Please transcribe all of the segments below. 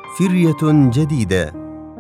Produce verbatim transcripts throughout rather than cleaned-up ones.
فرية جديدة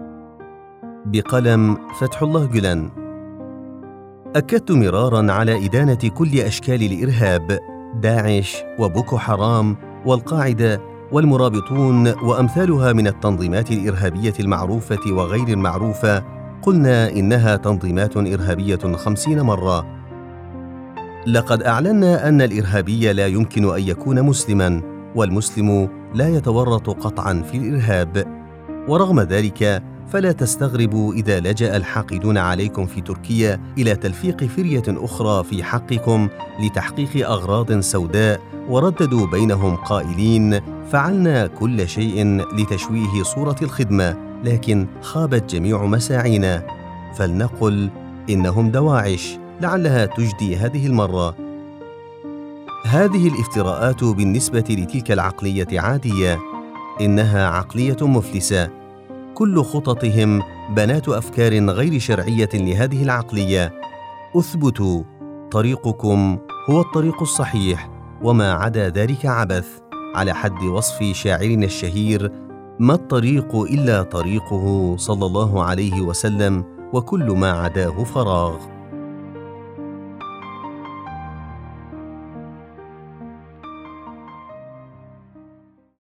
بقلم فتح الله جلان. أكدت مرارا على إدانة كل أشكال الإرهاب، داعش وبوكو حرام والقاعدة والمرابطون وأمثالها من التنظيمات الإرهابية المعروفة وغير المعروفة. قلنا إنها تنظيمات إرهابية خمسين مرة. لقد أعلنا أن الإرهابي لا يمكن أن يكون مسلماً، والمسلم لا يتورط قطعاً في الإرهاب. ورغم ذلك فلا تستغربوا إذا لجأ الحاقدون عليكم في تركيا إلى تلفيق فرية أخرى في حقكم لتحقيق أغراض سوداء، ورددوا بينهم قائلين: فعلنا كل شيء لتشويه صورة الخدمة، لكن خابت جميع مساعينا. فلنقل إنهم دواعش، لعلها تجدي هذه المرة. هذه الافتراءات بالنسبة لتلك العقلية عادية، إنها عقلية مفلسة. كل خططهم بنات أفكار غير شرعية لهذه العقلية. أثبتوا، طريقكم هو الطريق الصحيح، وما عدا ذلك عبث، على حد وصف شاعرنا الشهير: ما الطريق إلا طريقه صلى الله عليه وسلم، وكل ما عداه فراغ.